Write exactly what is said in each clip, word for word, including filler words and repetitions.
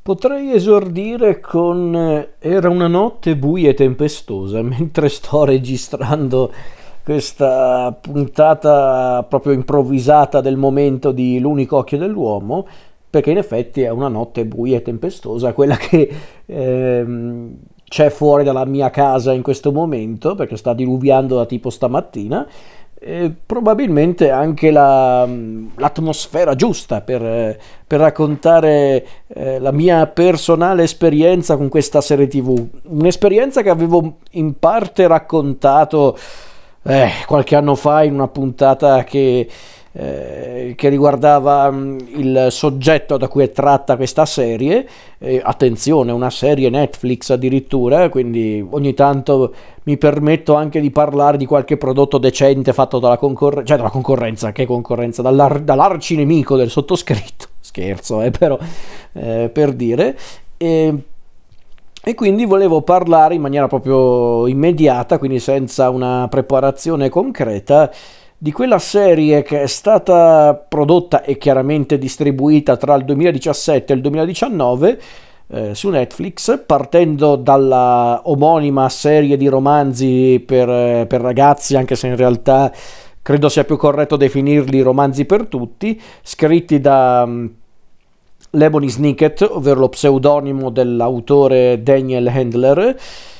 Potrei esordire con eh, Era una notte buia e tempestosa, mentre sto registrando questa puntata proprio improvvisata del momento di L'unico occhio dell'uomo, perché in effetti è una notte buia e tempestosa, quella che ehm, c'è fuori dalla mia casa in questo momento, perché sta diluviando da tipo stamattina. E probabilmente anche la, l'atmosfera giusta per, eh, per raccontare eh, la mia personale esperienza con questa serie tivù. Un'esperienza che avevo in parte raccontato eh, qualche anno fa in una puntata che, eh, che riguardava mh, il soggetto da cui è tratta questa serie. Eh, attenzione, una serie Netflix addirittura, quindi ogni tanto mi permetto anche di parlare di qualche prodotto decente fatto dalla concorrenza, cioè dalla concorrenza, che concorrenza, dall'ar- dall'arcinemico del sottoscritto, scherzo, eh, però eh, per dire, e, e quindi volevo parlare in maniera proprio immediata, quindi senza una preparazione concreta, di quella serie che è stata prodotta e chiaramente distribuita tra il duemiladiciassette e il duemiladiciannove eh, su Netflix, partendo dalla omonima serie di romanzi per, eh, per ragazzi, anche se in realtà credo sia più corretto definirli romanzi per tutti, scritti da um, Lemony Snicket, ovvero lo pseudonimo dell'autore Daniel Handler.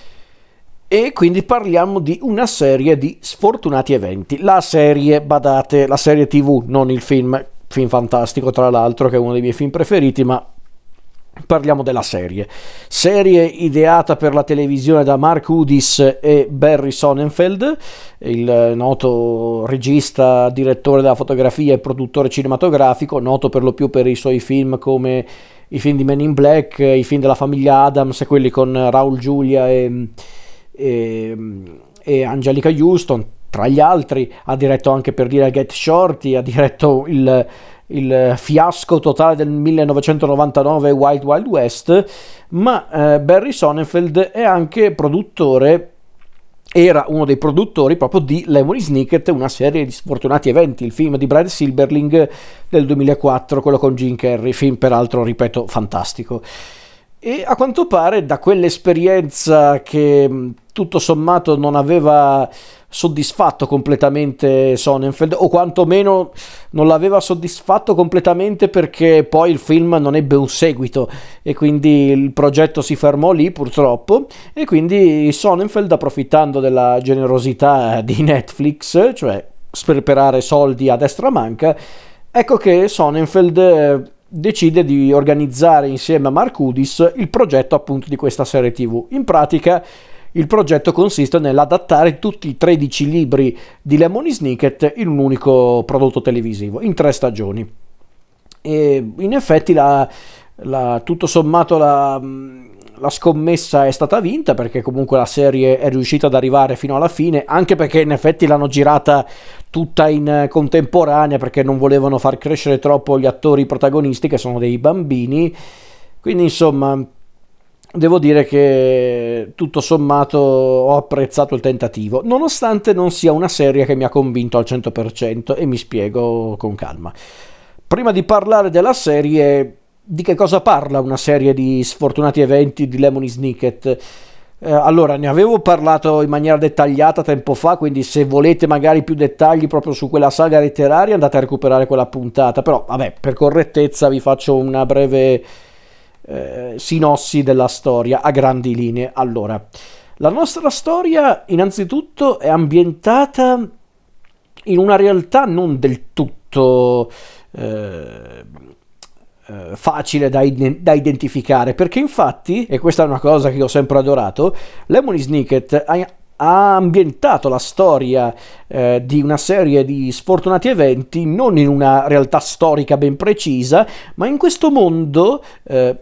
E quindi parliamo di una serie di sfortunati eventi. La serie, badate, la serie tivù, non il film, film fantastico tra l'altro, che è uno dei miei film preferiti, ma parliamo della serie. Serie ideata per la televisione da Mark Hoodies e Barry Sonnenfeld, il noto regista, direttore della fotografia e produttore cinematografico, noto per lo più per i suoi film come i film di Men in Black, i film della famiglia Adams, quelli con Raul Julia e... E, e Angelica Houston, tra gli altri. Ha diretto anche, per dire, Get Shorty, ha diretto il, il fiasco totale del millenovecentonovantanove Wild Wild West, ma eh, Barry Sonnenfeld è anche produttore, era uno dei produttori proprio di Lemony Snicket, una serie di sfortunati eventi, il film di Brad Silberling del duemilaquattro, quello con Jim Carrey, film peraltro, ripeto, fantastico. E a quanto pare, da quell'esperienza che tutto sommato non aveva soddisfatto completamente Sonnenfeld, o quantomeno non l'aveva soddisfatto completamente, perché poi il film non ebbe un seguito e quindi il progetto si fermò lì, purtroppo. E quindi Sonnenfeld, approfittando della generosità di Netflix, cioè sperperare soldi a destra manca, ecco che Sonnenfeld decide di organizzare insieme a Mark Hoodies il progetto appunto di questa serie tivù. In pratica il progetto consiste nell'adattare tutti i tredici libri di Lemony Snicket in un unico prodotto televisivo, in tre stagioni. E in effetti la, la, tutto sommato la, la scommessa è stata vinta, perché comunque la serie è riuscita ad arrivare fino alla fine, anche perché in effetti l'hanno girata tutta in contemporanea, perché non volevano far crescere troppo gli attori protagonisti, che sono dei bambini. Quindi insomma devo dire che tutto sommato ho apprezzato il tentativo, nonostante non sia una serie che mi ha convinto al cento per cento, e mi spiego con calma. Prima di parlare della serie, di che cosa parla una serie di sfortunati eventi di Lemony Snicket? Eh, allora, ne avevo parlato in maniera dettagliata tempo fa, quindi se volete magari più dettagli proprio su quella saga letteraria andate a recuperare quella puntata, però vabbè, per correttezza vi faccio una breve eh, sinossi della storia a grandi linee. Allora, la nostra storia innanzitutto è ambientata in una realtà non del tutto eh, facile da, da identificare, perché infatti, e questa è una cosa che ho sempre adorato, Lemony Snicket ha, ha ambientato la storia eh, di una serie di sfortunati eventi non in una realtà storica ben precisa, ma in questo mondo eh,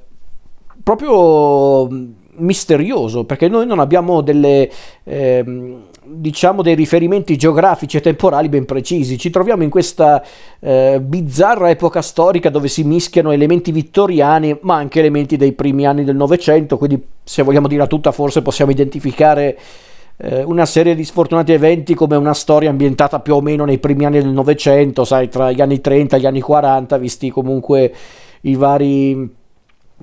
proprio misterioso, perché noi non abbiamo delle eh, diciamo dei riferimenti geografici e temporali ben precisi. Ci troviamo in questa eh, bizzarra epoca storica dove si mischiano elementi vittoriani ma anche elementi dei primi anni del Novecento, quindi se vogliamo dirla tutta forse possiamo identificare eh, una serie di sfortunati eventi come una storia ambientata più o meno nei primi anni del Novecento, sai, tra gli anni trenta e gli anni quaranta, visti comunque i vari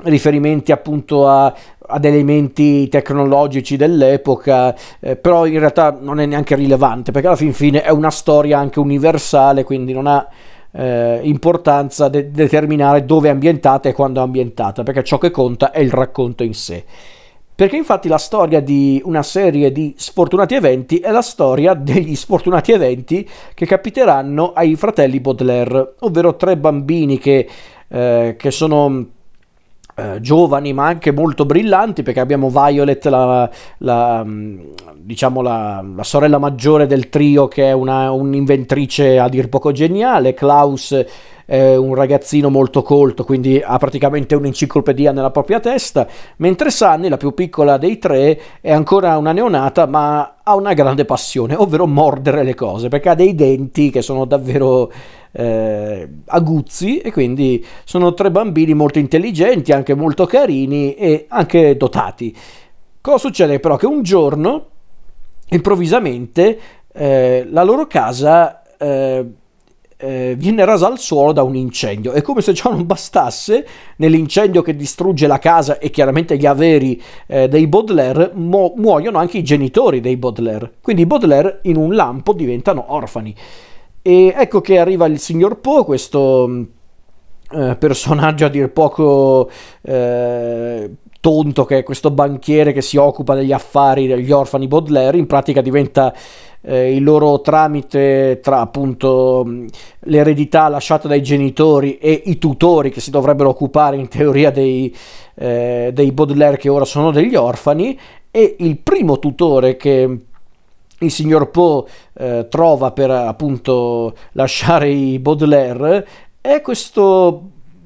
riferimenti appunto a, ad elementi tecnologici dell'epoca, eh, però in realtà non è neanche rilevante, perché alla fin fine è una storia anche universale, quindi non ha eh, importanza de- determinare dove è ambientata e quando è ambientata, perché ciò che conta è il racconto in sé. Perché infatti la storia di una serie di sfortunati eventi è la storia degli sfortunati eventi che capiteranno ai fratelli Baudelaire, ovvero tre bambini che, eh, che sono eh, giovani ma anche molto brillanti, perché abbiamo Violet, la, la, diciamo la, la sorella maggiore del trio, che è una, un'inventrice a dir poco geniale. Klaus è un ragazzino molto colto, quindi ha praticamente un'enciclopedia nella propria testa, mentre Sunny, la più piccola dei tre, è ancora una neonata ma ha una grande passione, ovvero mordere le cose, perché ha dei denti che sono davvero eh, aguzzi, e quindi sono tre bambini molto intelligenti, anche molto carini e anche dotati. Cosa succede però? Che un giorno, improvvisamente, eh, la loro casa eh, eh, viene rasa al suolo da un incendio, e come se ciò non bastasse, nell'incendio che distrugge la casa e chiaramente gli averi eh, dei Baudelaire, mu- muoiono anche i genitori dei Baudelaire, quindi i Baudelaire in un lampo diventano orfani. E ecco che arriva il signor Poe, questo eh, personaggio a dir poco eh, tonto, che è questo banchiere che si occupa degli affari degli orfani Baudelaire. In pratica diventa eh, il loro tramite tra appunto l'eredità lasciata dai genitori e i tutori che si dovrebbero occupare in teoria dei, eh, dei Baudelaire, che ora sono degli orfani. E il primo tutore che il signor Poe eh, trova per appunto lasciare i Baudelaire è questo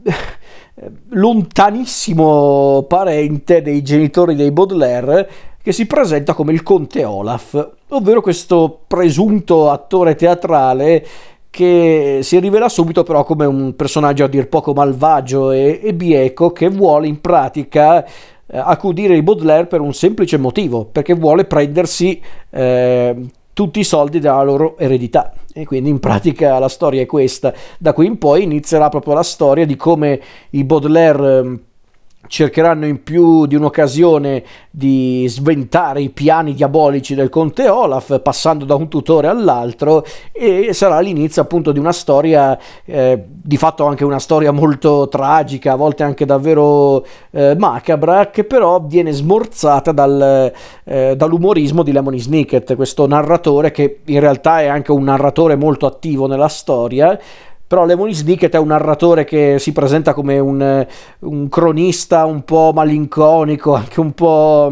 lontanissimo parente dei genitori dei Baudelaire, che si presenta come il conte Olaf, ovvero questo presunto attore teatrale che si rivela subito però come un personaggio a dir poco malvagio e, e bieco, che vuole in pratica eh, accudire i Baudelaire per un semplice motivo, perché vuole prendersi eh, tutti i soldi della loro eredità. E quindi in pratica la storia è questa. Da qui in poi inizierà proprio la storia di come i Baudelaire eh, cercheranno in più di un'occasione di sventare i piani diabolici del conte Olaf, passando da un tutore all'altro, e sarà l'inizio appunto di una storia eh, di fatto anche una storia molto tragica, a volte anche davvero eh, macabra, che però viene smorzata dal, eh, dall'umorismo di Lemony Snicket, questo narratore che in realtà è anche un narratore molto attivo nella storia. Però Lemony Snicket è un narratore che si presenta come un, un cronista un po' malinconico, anche un po',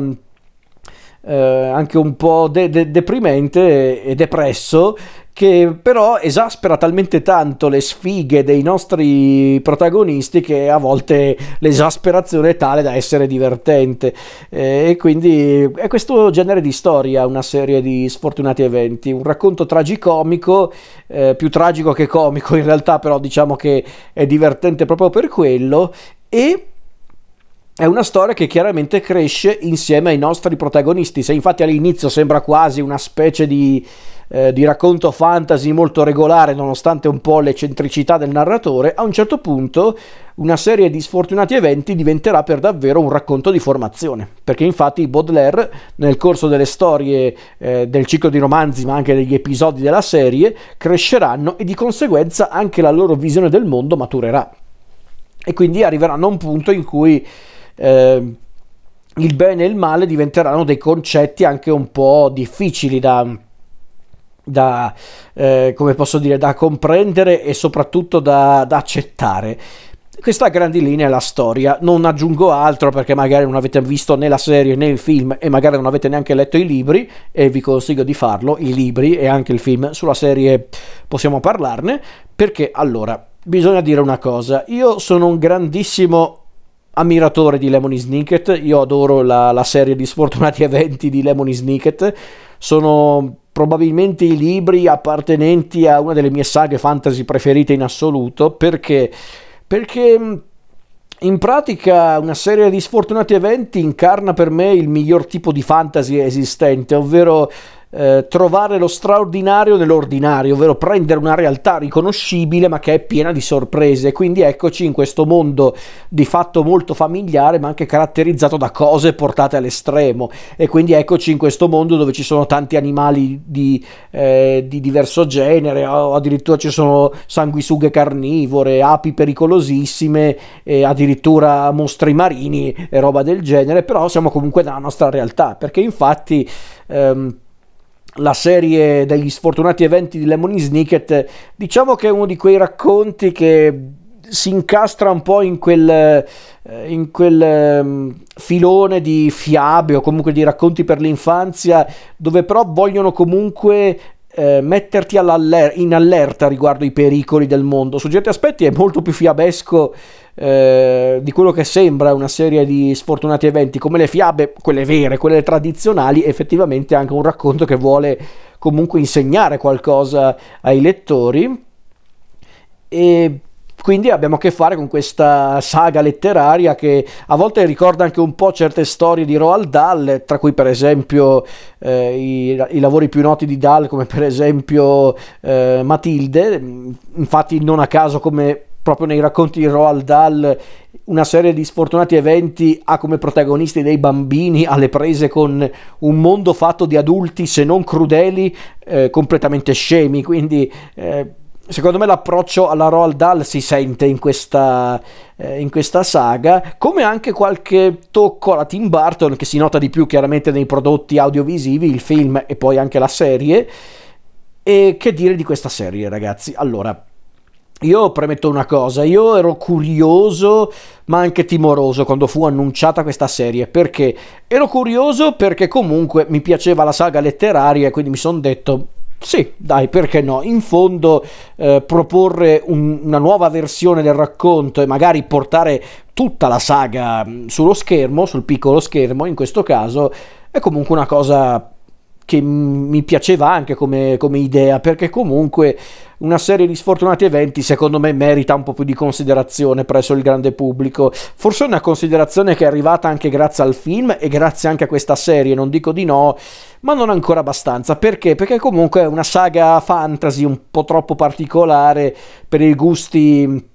eh, anche un po' de- de- deprimente e depresso, che però esaspera talmente tanto le sfighe dei nostri protagonisti che a volte l'esasperazione è tale da essere divertente. Eh, e quindi è questo genere di storia, una serie di sfortunati eventi, un racconto tragicomico, eh, più tragico che comico in realtà, però diciamo che è divertente proprio per quello. E è una storia che chiaramente cresce insieme ai nostri protagonisti. Se infatti all'inizio sembra quasi una specie di Eh, di racconto fantasy molto regolare, nonostante un po' l'eccentricità del narratore, a un certo punto una serie di sfortunati eventi diventerà per davvero un racconto di formazione, perché infatti i Baudelaire nel corso delle storie eh, del ciclo di romanzi, ma anche degli episodi della serie, cresceranno e di conseguenza anche la loro visione del mondo maturerà, e quindi arriveranno a un punto in cui eh, il bene e il male diventeranno dei concetti anche un po' difficili da da eh, come posso dire, da comprendere e soprattutto da, da accettare. Questa a grandi linee è la storia, non aggiungo altro perché magari non avete visto né la serie né il film e magari non avete neanche letto i libri, e vi consiglio di farlo, i libri e anche il film. Sulla serie possiamo parlarne, perché allora bisogna dire una cosa: io sono un grandissimo ammiratore di Lemony Snicket, io adoro la, la serie di sfortunati eventi di Lemony Snicket, sono probabilmente i libri appartenenti a una delle mie saghe fantasy preferite in assoluto, perché perché in pratica una serie di sfortunati eventi incarna per me il miglior tipo di fantasy esistente, ovvero eh, trovare lo straordinario nell'ordinario, ovvero prendere una realtà riconoscibile ma che è piena di sorprese. Quindi eccoci in questo mondo di fatto molto familiare ma anche caratterizzato da cose portate all'estremo, e quindi eccoci in questo mondo dove ci sono tanti animali di, eh, di diverso genere, o addirittura ci sono sanguisughe carnivore, api pericolosissime, e addirittura mostri marini e roba del genere. Però siamo comunque nella nostra realtà, perché infatti ehm, la serie degli sfortunati eventi di Lemony Snicket, diciamo che è uno di quei racconti che si incastra un po' in quel, in quel um, filone di fiabe o comunque di racconti per l'infanzia, dove però vogliono comunque eh, metterti in allerta riguardo i pericoli del mondo. Su certi aspetti è molto più fiabesco eh, di quello che sembra una serie di sfortunati eventi, come le fiabe, quelle vere, quelle tradizionali. Effettivamente è anche un racconto che vuole comunque insegnare qualcosa ai lettori, e quindi abbiamo a che fare con questa saga letteraria che a volte ricorda anche un po' certe storie di Roald Dahl, tra cui per esempio eh, i, i lavori più noti di Dahl, come per esempio eh, Matilde. Infatti non a caso, come proprio nei racconti di Roald Dahl, una serie di sfortunati eventi ha come protagonisti dei bambini alle prese con un mondo fatto di adulti, se non crudeli, eh, completamente scemi. Quindi eh, secondo me l'approccio alla Roald Dahl si sente in questa, eh, in questa saga, come anche qualche tocco alla Tim Burton, che si nota di più chiaramente nei prodotti audiovisivi, il film e poi anche la serie. E che dire di questa serie, ragazzi? Allora, io premetto una cosa: io ero curioso ma anche timoroso quando fu annunciata questa serie. Perché ero curioso? Perché comunque mi piaceva la saga letteraria, e quindi mi sono detto sì, dai, perché no? In fondo eh, proporre un, una nuova versione del racconto e magari portare tutta la saga sullo schermo, sul piccolo schermo in questo caso, è comunque una cosa che mi piaceva anche come, come idea, perché comunque una serie di sfortunati eventi secondo me merita un po' più di considerazione presso il grande pubblico. Forse è una considerazione che è arrivata anche grazie al film e grazie anche a questa serie, non dico di no, ma non ancora abbastanza. Perché? Perché comunque è una saga fantasy un po' troppo particolare per i gusti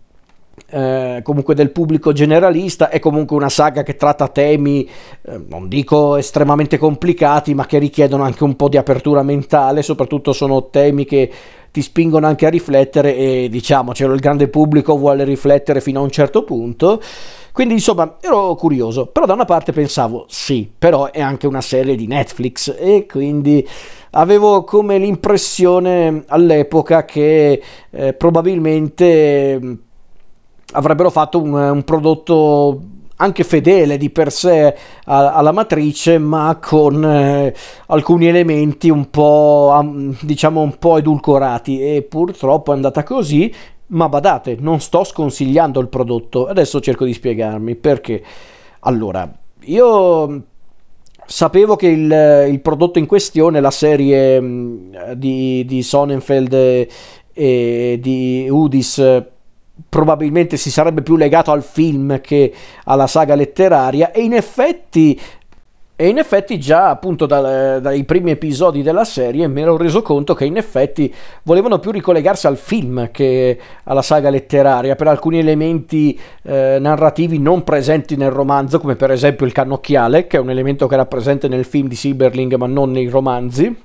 Eh, comunque del pubblico generalista. È comunque una saga che tratta temi eh, non dico estremamente complicati, ma che richiedono anche un po' di apertura mentale. Soprattutto sono temi che ti spingono anche a riflettere, e diciamocelo, il grande pubblico vuole riflettere fino a un certo punto. Quindi insomma ero curioso, però da una parte pensavo sì, però è anche una serie di Netflix, e quindi avevo come l'impressione all'epoca che eh, probabilmente avrebbero fatto un, un prodotto anche fedele di per sé a, alla matrice, ma con eh, alcuni elementi un po' um, diciamo un po' edulcorati, e purtroppo è andata così. Ma badate, non sto sconsigliando il prodotto, adesso cerco di spiegarmi perché. Allora, io sapevo che il, il prodotto in questione, la serie mh, di, di Sonnenfeld e, e di Udis, probabilmente si sarebbe più legato al film che alla saga letteraria, e in effetti e in effetti già appunto dal, dai primi episodi della serie mi ero reso conto che in effetti volevano più ricollegarsi al film che alla saga letteraria, per alcuni elementi eh, narrativi non presenti nel romanzo, come per esempio il cannocchiale, che è un elemento che era presente nel film di Sieberling ma non nei romanzi.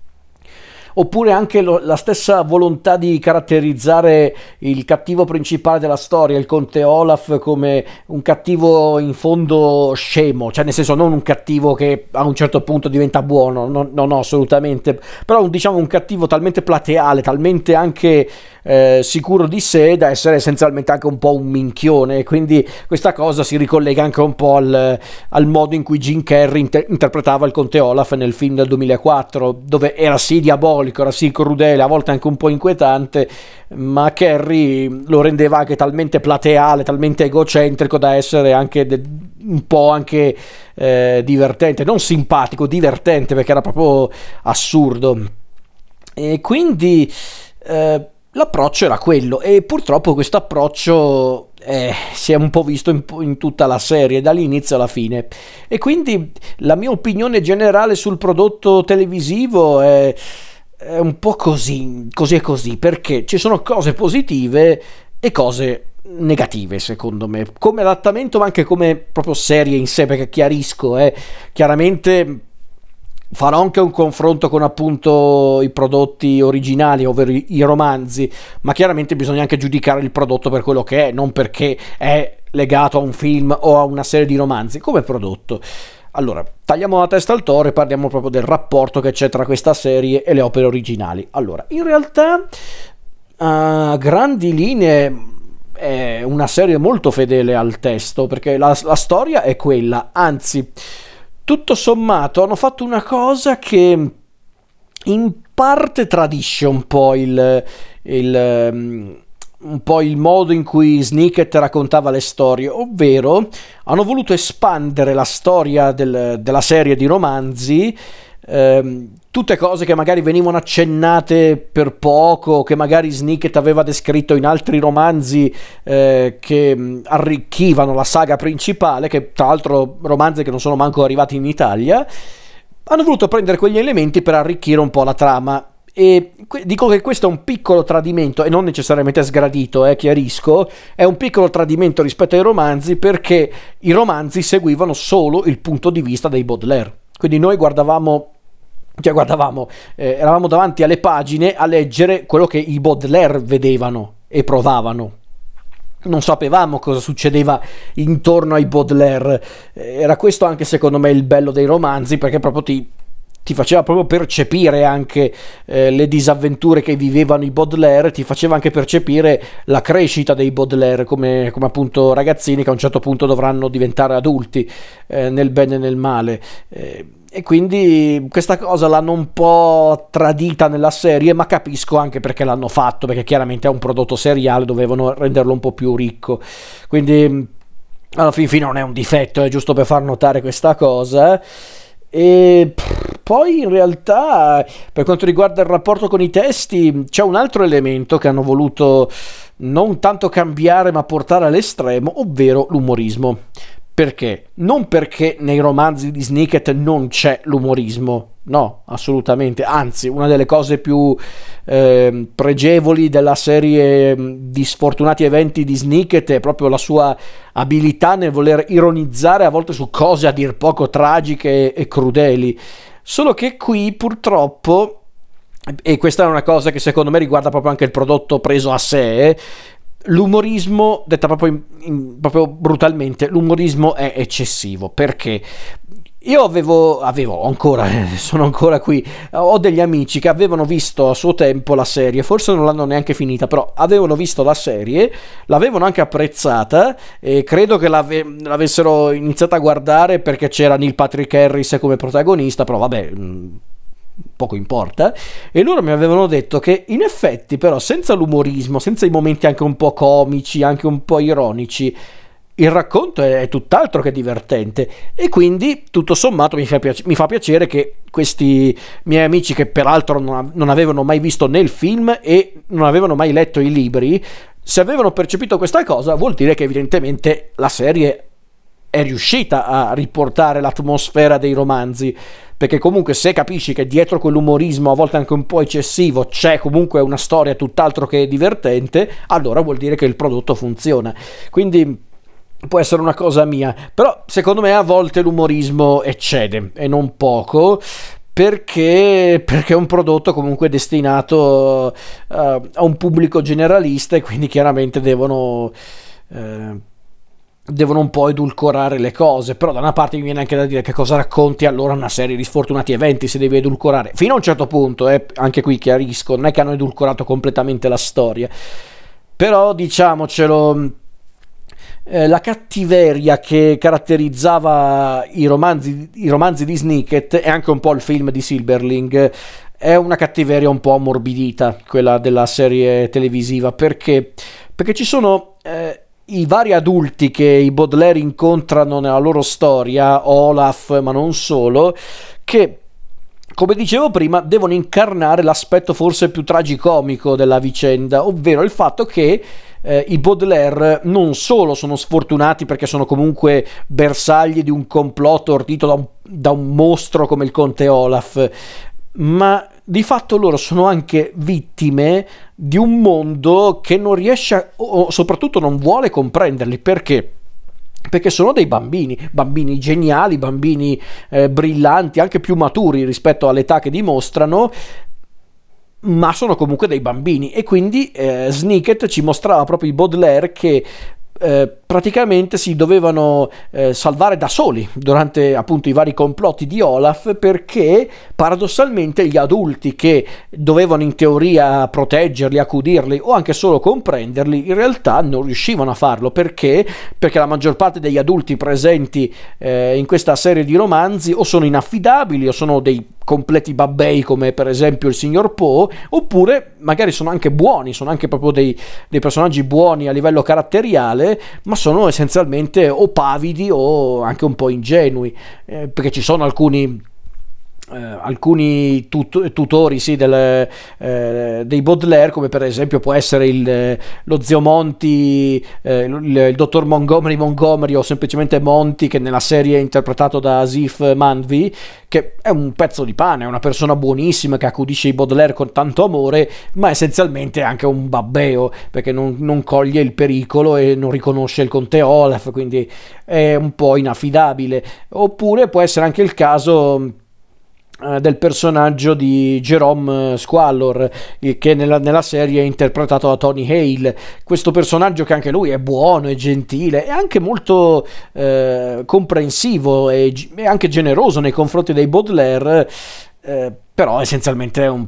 Oppure anche lo, la stessa volontà di caratterizzare il cattivo principale della storia, il conte Olaf, come un cattivo in fondo scemo, cioè nel senso non un cattivo che a un certo punto diventa buono, no, no, no assolutamente, però un, diciamo un cattivo talmente plateale, talmente anche eh, sicuro di sé da essere essenzialmente anche un po' un minchione. E quindi questa cosa si ricollega anche un po' al, al modo in cui Jim Carrey inter- interpretava il conte Olaf nel film del duemilaquattro, dove era sì diabolico, era sì crudele, a volte anche un po' inquietante, ma Carrey lo rendeva anche talmente plateale, talmente egocentrico da essere anche de- un po' anche eh, divertente, non simpatico, divertente, perché era proprio assurdo. E quindi eh, l'approccio era quello, e purtroppo questo approccio eh, si è un po' visto in, in tutta la serie, dall'inizio alla fine. E quindi la mia opinione generale sul prodotto televisivo è, è un po' così, così e così, perché ci sono cose positive e cose negative, secondo me, come adattamento, ma anche come proprio serie in sé, perché chiarisco, eh, chiaramente farò anche un confronto con appunto i prodotti originali, ovvero i, i romanzi, ma chiaramente bisogna anche giudicare il prodotto per quello che è, non perché è legato a un film o a una serie di romanzi, come prodotto. Allora, tagliamo la testa al toro e parliamo proprio del rapporto che c'è tra questa serie e le opere originali. Allora, in realtà, a grandi linee, è una serie molto fedele al testo, perché la, la storia è quella, anzi, tutto sommato hanno fatto una cosa che in parte tradisce un po' il, il, um, un po' il modo in cui Snicket raccontava le storie, ovvero hanno voluto espandere la storia del, della serie di romanzi, ehm, tutte cose che magari venivano accennate per poco, che magari Snicket aveva descritto in altri romanzi eh, che mh, arricchivano la saga principale, che tra l'altro romanzi che non sono manco arrivati in Italia. Hanno voluto prendere quegli elementi per arricchire un po' la trama. E que- dico che questo è un piccolo tradimento, e non necessariamente sgradito, eh, chiarisco, è un piccolo tradimento rispetto ai romanzi, perché i romanzi seguivano solo il punto di vista dei Baudelaire. Quindi noi guardavamo Cioè guardavamo, eh, eravamo davanti alle pagine a leggere quello che i Baudelaire vedevano e provavano. Non sapevamo cosa succedeva intorno ai Baudelaire. Eh, era questo anche secondo me il bello dei romanzi, perché proprio ti, ti faceva proprio percepire anche eh, le disavventure che vivevano i Baudelaire, ti faceva anche percepire la crescita dei Baudelaire come, come appunto ragazzini che a un certo punto dovranno diventare adulti, eh, nel bene e nel male. Eh, E quindi questa cosa l'hanno un po' tradita nella serie, ma capisco anche perché l'hanno fatto, perché chiaramente è un prodotto seriale, dovevano renderlo un po' più ricco. Quindi alla fin fine non è un difetto, è giusto per far notare questa cosa. E poi in realtà, per quanto riguarda il rapporto con i testi, c'è un altro elemento che hanno voluto non tanto cambiare ma portare all'estremo, ovvero l'umorismo. Perché? Non perché nei romanzi di Snicket non c'è l'umorismo, no, assolutamente, anzi, una delle cose più eh, pregevoli della serie di sfortunati eventi di Snicket è proprio la sua abilità nel voler ironizzare a volte su cose a dir poco tragiche e crudeli. Solo che qui purtroppo, e questa è una cosa che secondo me riguarda proprio anche il prodotto preso a sé, l'umorismo, detta proprio, in, in, proprio brutalmente, l'umorismo è eccessivo. Perché io avevo, avevo ancora, sono ancora qui, ho degli amici che avevano visto a suo tempo la serie, forse non l'hanno neanche finita, però avevano visto la serie, l'avevano anche apprezzata, e credo che l'ave, l'avessero iniziata a guardare perché c'era Neil Patrick Harris come protagonista, però vabbè, poco importa. E loro mi avevano detto che in effetti però senza l'umorismo, senza i momenti anche un po' comici, anche un po' ironici, il racconto è, è tutt'altro che divertente. E quindi tutto sommato mi fa, piace, mi fa piacere che questi miei amici, che peraltro non, non avevano mai visto né il film e non avevano mai letto i libri, se avevano percepito questa cosa, vuol dire che evidentemente la serie è riuscita a riportare l'atmosfera dei romanzi, perché comunque se capisci che dietro quell'umorismo a volte anche un po' eccessivo c'è comunque una storia tutt'altro che divertente, allora vuol dire che il prodotto funziona. Quindi può essere una cosa mia, però secondo me a volte l'umorismo eccede, e non poco, perché, perché è un prodotto comunque destinato uh, a un pubblico generalista, e quindi chiaramente devono... Uh, devono un po' edulcorare le cose. Però da una parte mi viene anche da dire: che cosa racconti allora una serie di sfortunati eventi se devi edulcorare? Fino a un certo punto, eh, anche qui chiarisco, non è che hanno edulcorato completamente la storia, però diciamocelo, eh, la cattiveria che caratterizzava i romanzi, i romanzi di Snicket, e anche un po' il film di Silberling, è una cattiveria un po' ammorbidita, quella della serie televisiva, perché perché ci sono eh, i vari adulti che i Baudelaire incontrano nella loro storia, Olaf, ma non solo, che, come dicevo prima, devono incarnare l'aspetto forse più tragicomico della vicenda, ovvero il fatto che eh, i Baudelaire non solo sono sfortunati perché sono comunque bersagli di un complotto ordito da un, da un mostro come il conte Olaf, ma di fatto loro sono anche vittime di un mondo che non riesce a, o soprattutto non vuole comprenderli. Perché? Perché sono dei bambini, bambini geniali, bambini eh, brillanti, anche più maturi rispetto all'età che dimostrano, ma sono comunque dei bambini. E quindi eh, Snicket ci mostrava proprio i Baudelaire che eh, praticamente si dovevano eh, salvare da soli durante appunto i vari complotti di Olaf, perché paradossalmente gli adulti che dovevano in teoria proteggerli, accudirli o anche solo comprenderli, in realtà non riuscivano a farlo. Perché? Perché la maggior parte degli adulti presenti eh, in questa serie di romanzi o sono inaffidabili o sono dei completi babbei, come per esempio il signor Poe, oppure magari sono anche buoni, sono anche proprio dei, dei personaggi buoni a livello caratteriale, ma sono essenzialmente o pavidi o anche un po' ingenui, eh, perché ci sono alcuni eh, alcuni tut- tutori sì, del, eh, dei Baudelaire, come per esempio può essere il, lo zio Monty, eh, il, il dottor Montgomery Montgomery o semplicemente Monty, che nella serie è interpretato da Asif Manvi, che è un pezzo di pane, è una persona buonissima che accudisce i Baudelaire con tanto amore, ma essenzialmente è anche un babbeo, perché non, non coglie il pericolo e non riconosce il conte Olaf, quindi è un po' inaffidabile. Oppure può essere anche il caso del personaggio di Jerome Squallor, che nella, nella serie è interpretato da Tony Hale. Questo personaggio che anche lui è buono, è gentile, è anche molto eh, comprensivo e, e anche generoso nei confronti dei Baudelaire, eh, però essenzialmente è un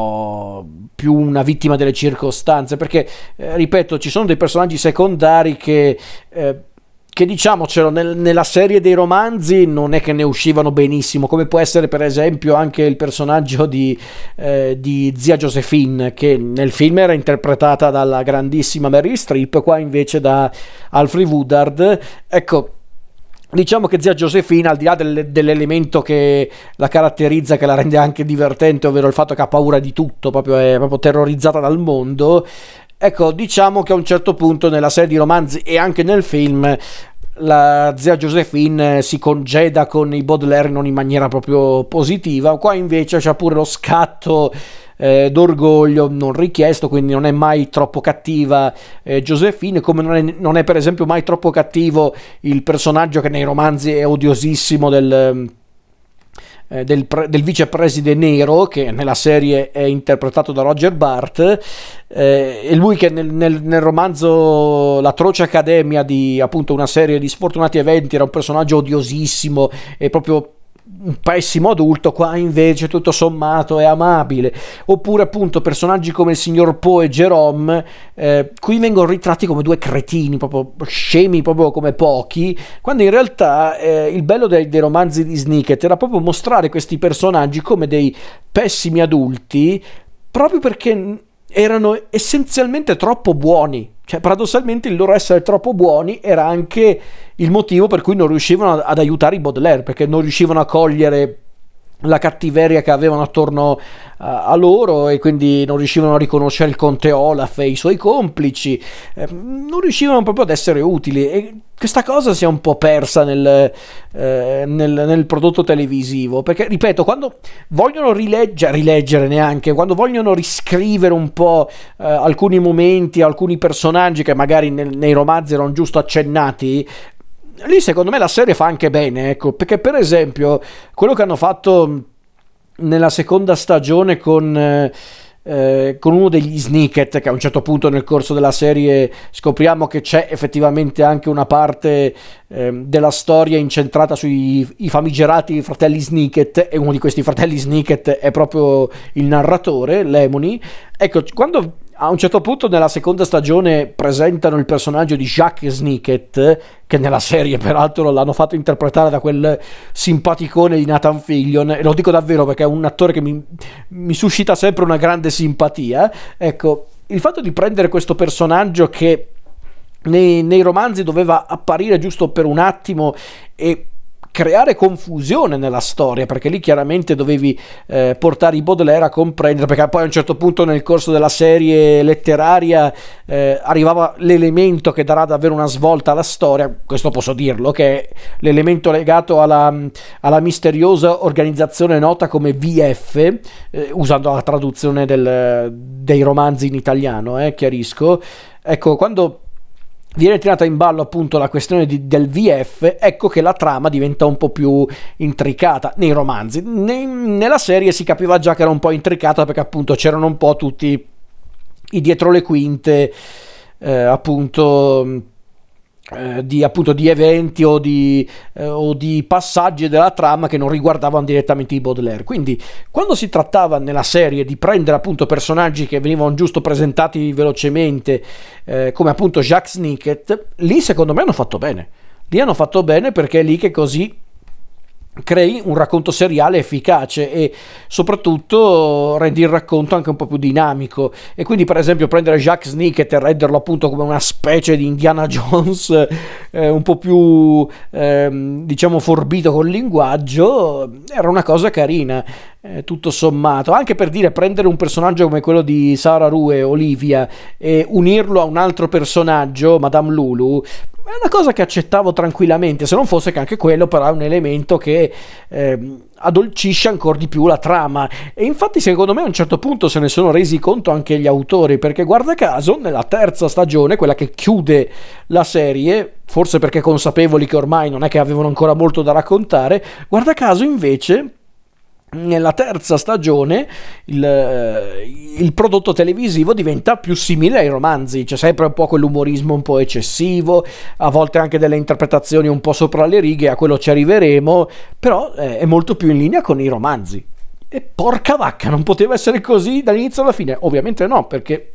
po' più una vittima delle circostanze, perché eh, ripeto, ci sono dei personaggi secondari che eh, che diciamocelo nel, nella serie dei romanzi non è che ne uscivano benissimo, come può essere per esempio anche il personaggio di, eh, di zia Josephine, che nel film era interpretata dalla grandissima Meryl Streep, qua invece da Alfre Woodard. Ecco, diciamo che zia Josephine, al di là del, dell'elemento che la caratterizza, che la rende anche divertente, ovvero il fatto che ha paura di tutto, proprio è proprio terrorizzata dal mondo, ecco, diciamo che a un certo punto nella serie di romanzi e anche nel film la zia Josephine si congeda con i Baudelaire non in maniera proprio positiva. Qua invece c'è pure lo scatto eh, d'orgoglio non richiesto, quindi non è mai troppo cattiva eh, Josephine, come non è, non è per esempio mai troppo cattivo il personaggio che nei romanzi è odiosissimo del... Del, pre, del vicepreside nero, che nella serie è interpretato da Roger Bart, eh, e lui che nel, nel, nel romanzo L'atroce accademia, di appunto una serie di sfortunati eventi, era un personaggio odiosissimo e proprio un pessimo adulto. Qua invece tutto sommato è amabile. Oppure appunto personaggi come il signor Poe e Jerome, eh, qui vengono ritratti come due cretini, proprio scemi, proprio come pochi, quando in realtà eh, il bello dei, dei romanzi di Snicket era proprio mostrare questi personaggi come dei pessimi adulti, proprio perché erano essenzialmente troppo buoni. Cioè, paradossalmente il loro essere troppo buoni era anche il motivo per cui non riuscivano ad aiutare i Baudelaire, perché non riuscivano a cogliere la cattiveria che avevano attorno uh, a loro, e quindi non riuscivano a riconoscere il conte Olaf e i suoi complici, eh, non riuscivano proprio ad essere utili, e questa cosa si è un po' persa nel, eh, nel, nel prodotto televisivo, perché ripeto, quando vogliono rileggere, rileggere neanche, quando vogliono riscrivere un po' eh, alcuni momenti, alcuni personaggi che magari nel, nei romanzi erano giusto accennati, lì secondo me la serie fa anche bene, ecco, perché per esempio quello che hanno fatto nella seconda stagione con, eh, eh, con uno degli Snicket, che a un certo punto nel corso della serie scopriamo che c'è effettivamente anche una parte eh, della storia incentrata sui i famigerati fratelli Snicket, e uno di questi fratelli Snicket è proprio il narratore, Lemony. Ecco, quando a un certo punto nella seconda stagione presentano il personaggio di Jacques Snicket, che nella serie peraltro l'hanno fatto interpretare da quel simpaticone di Nathan Fillion, e lo dico davvero perché è un attore che mi, mi suscita sempre una grande simpatia. Ecco, il fatto di prendere questo personaggio che nei, nei romanzi doveva apparire giusto per un attimo e creare confusione nella storia, perché lì chiaramente dovevi eh, portare i Baudelaire a comprendere, perché poi a un certo punto nel corso della serie letteraria eh, arrivava l'elemento che darà davvero una svolta alla storia, questo posso dirlo, che è l'elemento legato alla, alla misteriosa organizzazione nota come V F, eh, usando la traduzione del, dei romanzi in italiano, eh, chiarisco. Ecco, quando viene tirata in ballo appunto la questione di, del V F, ecco che la trama diventa un po' più intricata nei romanzi. Ne, nella serie si capiva già che era un po' intricata, perché appunto c'erano un po' tutti i dietro le quinte eh, appunto eh, di, appunto di eventi o di, eh, o di passaggi della trama che non riguardavano direttamente i Baudelaire. Quindi quando si trattava nella serie di prendere appunto personaggi che venivano giusto presentati velocemente, eh, come appunto Jacques Snicket, lì secondo me hanno fatto bene. Lì hanno fatto bene, perché è lì che così crei un racconto seriale efficace e soprattutto rendi il racconto anche un po' più dinamico. E quindi per esempio prendere Jacques Snicket e renderlo appunto come una specie di Indiana Jones eh, un po' più eh, diciamo forbito col linguaggio, era una cosa carina, eh, tutto sommato. Anche per dire, prendere un personaggio come quello di Sarah Rue, Olivia, e unirlo a un altro personaggio, Madame Lulu, è una cosa che accettavo tranquillamente, se non fosse che anche quello però è un elemento che eh, addolcisce ancora di più la trama. E infatti secondo me a un certo punto se ne sono resi conto anche gli autori, perché guarda caso nella terza stagione, quella che chiude la serie, forse perché consapevoli che ormai non è che avevano ancora molto da raccontare, guarda caso invece nella terza stagione il, il prodotto televisivo diventa più simile ai romanzi. C'è sempre un po' quell'umorismo un po' eccessivo, a volte anche delle interpretazioni un po' sopra le righe, a quello ci arriveremo, però è molto più in linea con i romanzi. E porca vacca, non poteva essere così dall'inizio alla fine? Ovviamente no, perché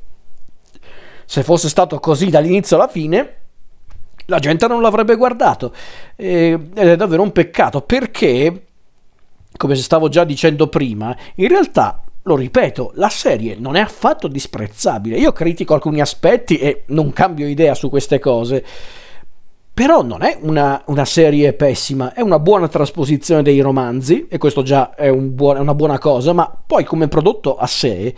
se fosse stato così dall'inizio alla fine la gente non l'avrebbe guardato, e, ed è davvero un peccato, perché come stavo già dicendo prima, in realtà, lo ripeto, la serie non è affatto disprezzabile. Io critico alcuni aspetti e non cambio idea su queste cose, però non è una, una serie pessima, è una buona trasposizione dei romanzi, e questo già è, un buon, è una buona cosa, ma poi come prodotto a sé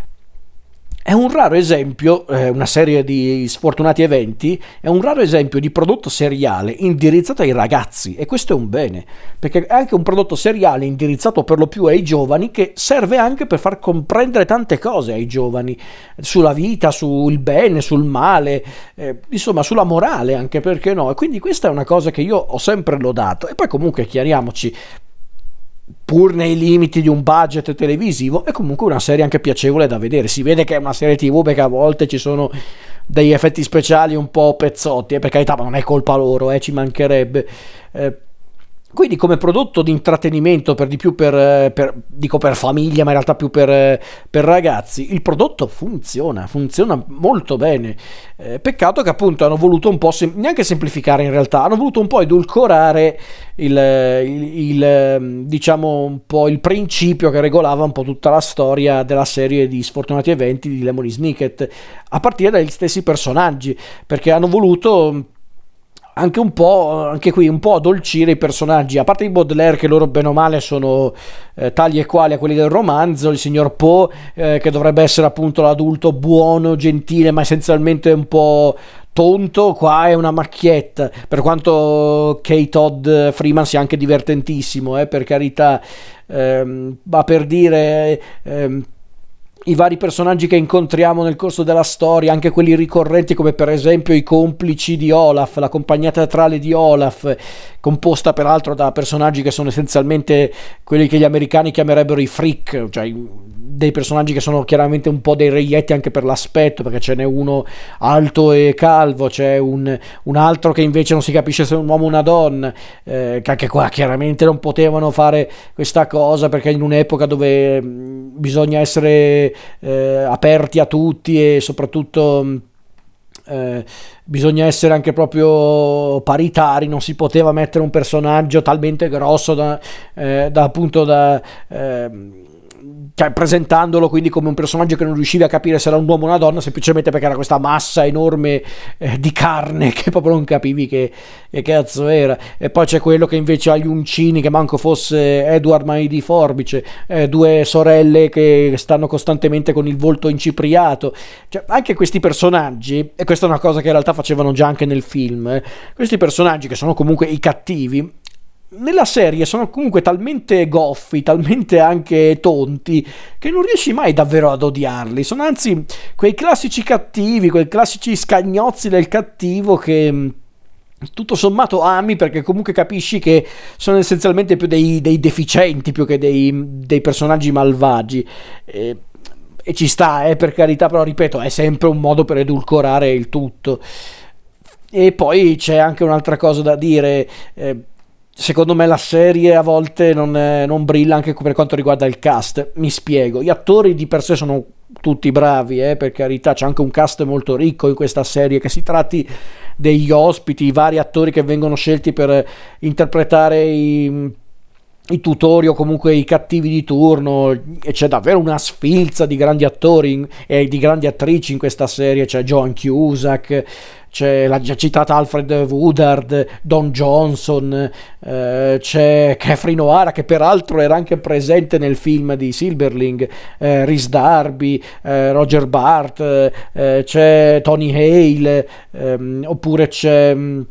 è un raro esempio, eh, una serie di sfortunati eventi, è un raro esempio di prodotto seriale indirizzato ai ragazzi, e questo è un bene, perché è anche un prodotto seriale indirizzato per lo più ai giovani, che serve anche per far comprendere tante cose ai giovani, sulla vita, sul bene, sul male, eh, insomma sulla morale anche, perché no? E quindi questa è una cosa che io ho sempre lodato. E poi comunque chiariamoci, pur nei limiti di un budget televisivo, è comunque una serie anche piacevole da vedere. Si vede che è una serie tivù, perché a volte ci sono degli effetti speciali un po' pezzotti, e eh, per carità, ma non è colpa loro, eh, ci mancherebbe. Eh, quindi come prodotto di intrattenimento, per di più per, per dico per famiglia, ma in realtà più per, per ragazzi, il prodotto funziona, funziona molto bene. Eh, peccato che appunto hanno voluto un po' sem- neanche semplificare, in realtà hanno voluto un po' edulcorare il, il, il diciamo un po' il principio che regolava un po' tutta la storia della serie di sfortunati eventi di Lemony Snicket, a partire dagli stessi personaggi, perché hanno voluto anche un po', anche qui un po' addolcire i personaggi, a parte i Baudelaire, che loro bene o male sono eh, tali e quali a quelli del romanzo, il signor Poe eh, che dovrebbe essere appunto l'adulto buono, gentile, ma essenzialmente un po' tonto, qua è una macchietta, per quanto Kate Todd Freeman sia anche divertentissimo, eh, per carità, ehm, ma per dire... Ehm, i vari personaggi che incontriamo nel corso della storia, anche quelli ricorrenti, come per esempio i complici di Olaf, la compagnia teatrale di Olaf, composta peraltro da personaggi che sono essenzialmente quelli che gli americani chiamerebbero i freak, cioè dei personaggi che sono chiaramente un po' dei reietti anche per l'aspetto, perché ce n'è uno alto e calvo, c'è un, un altro che invece non si capisce se è un uomo o una donna, eh, che anche qua chiaramente non potevano fare questa cosa, perché in un'epoca dove mh, bisogna essere eh, aperti a tutti, e soprattutto Eh, bisogna essere anche proprio paritari, non si poteva mettere un personaggio talmente grosso da, eh, da appunto da, eh, cioè presentandolo quindi come un personaggio che non riuscivi a capire se era un uomo o una donna, semplicemente perché era questa massa enorme eh, di carne che proprio non capivi che, che cazzo era. E poi c'è quello che invece ha gli uncini, che manco fosse Edward Mani di Forbice, eh, due sorelle che stanno costantemente con il volto incipriato. Cioè, anche questi personaggi, e questa è una cosa che in realtà facevano già anche nel film, eh, questi personaggi che sono comunque i cattivi nella serie sono comunque talmente goffi, talmente anche tonti, che non riesci mai davvero ad odiarli. Sono anzi quei classici cattivi, quei classici scagnozzi del cattivo che tutto sommato ami, perché comunque capisci che sono essenzialmente più dei, dei deficienti più che dei, dei personaggi malvagi. E, e ci sta, eh, per carità, però ripeto, è sempre un modo per edulcorare il tutto. E poi c'è anche un'altra cosa da dire. eh, Secondo me la serie a volte non, è, non brilla anche per quanto riguarda il cast. Mi spiego, gli attori di per sé sono tutti bravi, eh, per carità, c'è anche un cast molto ricco in questa serie, che si tratti degli ospiti, i vari attori che vengono scelti per interpretare i, i tutori o comunque i cattivi di turno, e c'è davvero una sfilza di grandi attori in, e di grandi attrici in questa serie. C'è Joan Cusack, c'è la già citata Alfred Woodard, Don Johnson, eh, c'è Catherine O'Hara, che peraltro era anche presente nel film di Silverling, eh, Rhys Darby, eh, Roger Bart, eh, c'è Tony Hale, ehm, oppure c'è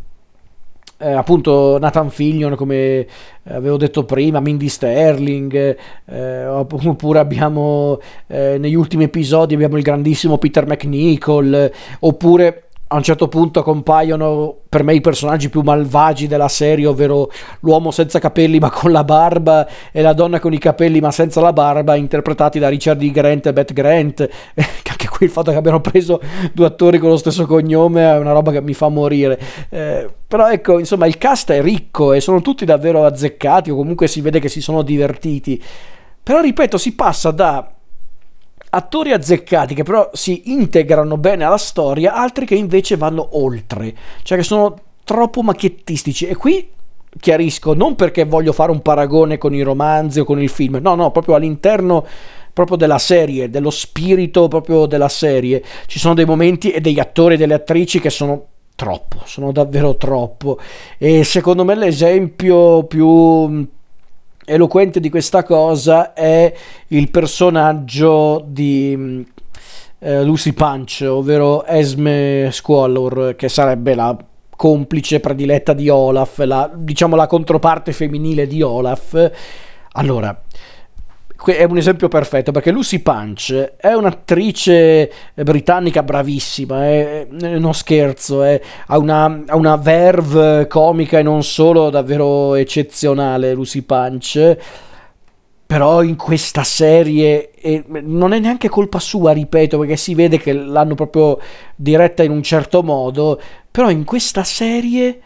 eh, appunto Nathan Fillion, come avevo detto prima, Mindy Sterling, eh, oppure abbiamo eh, negli ultimi episodi abbiamo il grandissimo Peter McNichol, oppure a un certo punto compaiono per me i personaggi più malvagi della serie, ovvero l'uomo senza capelli ma con la barba e la donna con i capelli ma senza la barba, interpretati da Richard E. Grant e Beth Grant. Anche qui il fatto che abbiano preso due attori con lo stesso cognome è una roba che mi fa morire. Eh, però ecco, insomma, il cast è ricco e sono tutti davvero azzeccati, o comunque si vede che si sono divertiti. Però ripeto, si passa da attori azzeccati che però si integrano bene alla storia, altri che invece vanno oltre, cioè che sono troppo macchiettistici. E qui chiarisco, non perché voglio fare un paragone con i romanzi o con il film, no no, proprio all'interno proprio della serie, dello spirito proprio della serie, ci sono dei momenti e degli attori e delle attrici che sono troppo, sono davvero troppo. E secondo me l'esempio più eloquente di questa cosa è il personaggio di eh, Lucy Punch, ovvero Esme Squallor, che sarebbe la complice prediletta di Olaf, la, diciamo la controparte femminile di Olaf. Allora, è un esempio perfetto, perché Lucy Punch è un'attrice britannica bravissima, è, è non scherzo, è, ha, una, ha una verve comica e non solo davvero eccezionale Lucy Punch. Però in questa serie, e non è neanche colpa sua, ripeto, perché si vede che l'hanno proprio diretta in un certo modo, però in questa serie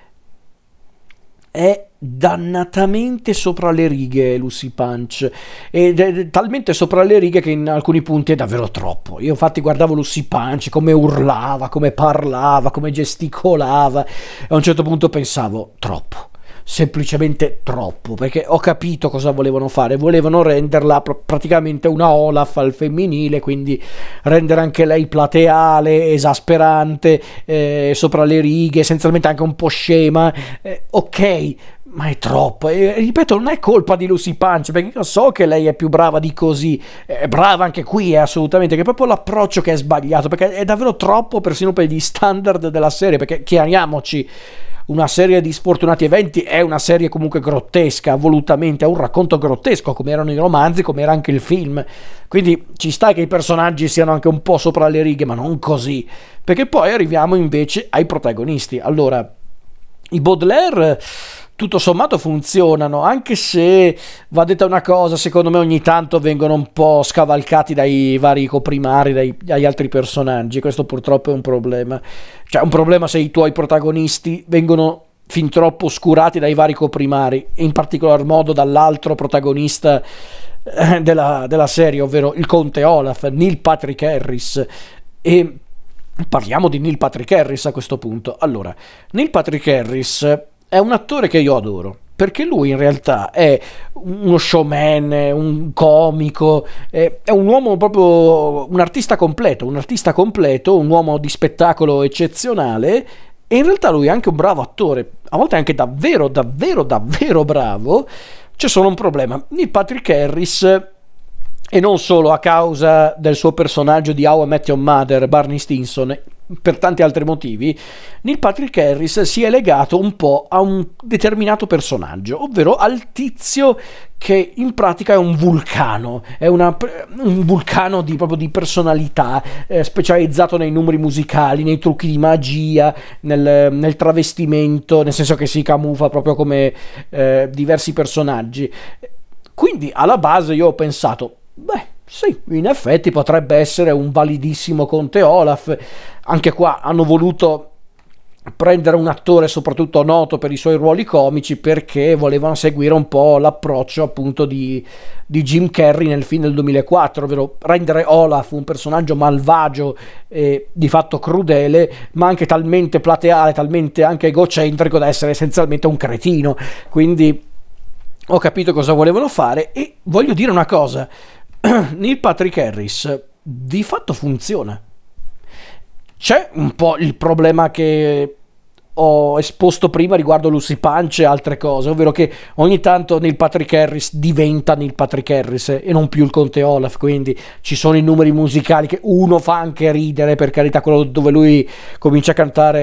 è dannatamente sopra le righe Lucy Punch, ed è talmente sopra le righe che in alcuni punti è davvero troppo. Io infatti guardavo Lucy Punch, come urlava, come parlava, come gesticolava, e a un certo punto pensavo troppo, semplicemente troppo, perché ho capito cosa volevano fare. Volevano renderla pr- praticamente una Olaf al femminile, quindi rendere anche lei plateale, esasperante, eh, sopra le righe, essenzialmente anche un po' scema, eh, ok, ma è troppo. E ripeto, non è colpa di Lucy Punch, perché io so che lei è più brava di così, è brava anche qui, è assolutamente, che è proprio l'approccio che è sbagliato, perché è davvero troppo persino per gli standard della serie. Perché chiariamoci, una serie di sfortunati eventi è una serie comunque grottesca, volutamente, è un racconto grottesco, come erano i romanzi, come era anche il film, quindi ci sta che i personaggi siano anche un po' sopra le righe, ma non così. Perché poi arriviamo invece ai protagonisti. Allora, i Baudelaire tutto sommato funzionano, anche se va detta una cosa, secondo me ogni tanto vengono un po' scavalcati dai vari coprimari, dai, dagli altri personaggi. Questo purtroppo è un problema, cioè un problema se i tuoi protagonisti vengono fin troppo oscurati dai vari coprimari, in particolar modo dall'altro protagonista eh, della, della serie, ovvero il conte Olaf, Neil Patrick Harris. E parliamo di Neil Patrick Harris a questo punto. Allora, Neil Patrick Harris è un attore che io adoro, perché lui in realtà è uno showman, un comico, è un uomo proprio, un artista completo, un artista completo, un uomo di spettacolo eccezionale, e in realtà lui è anche un bravo attore, a volte anche davvero, davvero, davvero bravo. C'è solo un problema: Neil Patrick Harris, e non solo a causa del suo personaggio di How I Met Your Mother, Barney Stinson, per tanti altri motivi, Neil Patrick Harris si è legato un po' a un determinato personaggio, ovvero al tizio che in pratica è un vulcano, è una, un vulcano di, proprio di personalità, eh, specializzato nei numeri musicali, nei trucchi di magia, nel, nel travestimento, nel senso che si camuffa proprio come eh, diversi personaggi. Quindi alla base io ho pensato, beh, sì, in effetti potrebbe essere un validissimo Conte Olaf. Anche qua hanno voluto prendere un attore soprattutto noto per i suoi ruoli comici, perché volevano seguire un po' l'approccio appunto di, di Jim Carrey nel film del duemilaquattro, ovvero rendere Olaf un personaggio malvagio e di fatto crudele, ma anche talmente plateale, talmente anche egocentrico da essere essenzialmente un cretino. Quindi ho capito cosa volevano fare, e voglio dire una cosa: Neil Patrick Harris di fatto funziona. C'è un po' il problema che ho esposto prima riguardo Lucy Punch e altre cose, ovvero che ogni tanto Neil Patrick Harris diventa Neil Patrick Harris e non più il Conte Olaf, quindi ci sono i numeri musicali che uno fa anche ridere, per carità, quello dove lui comincia a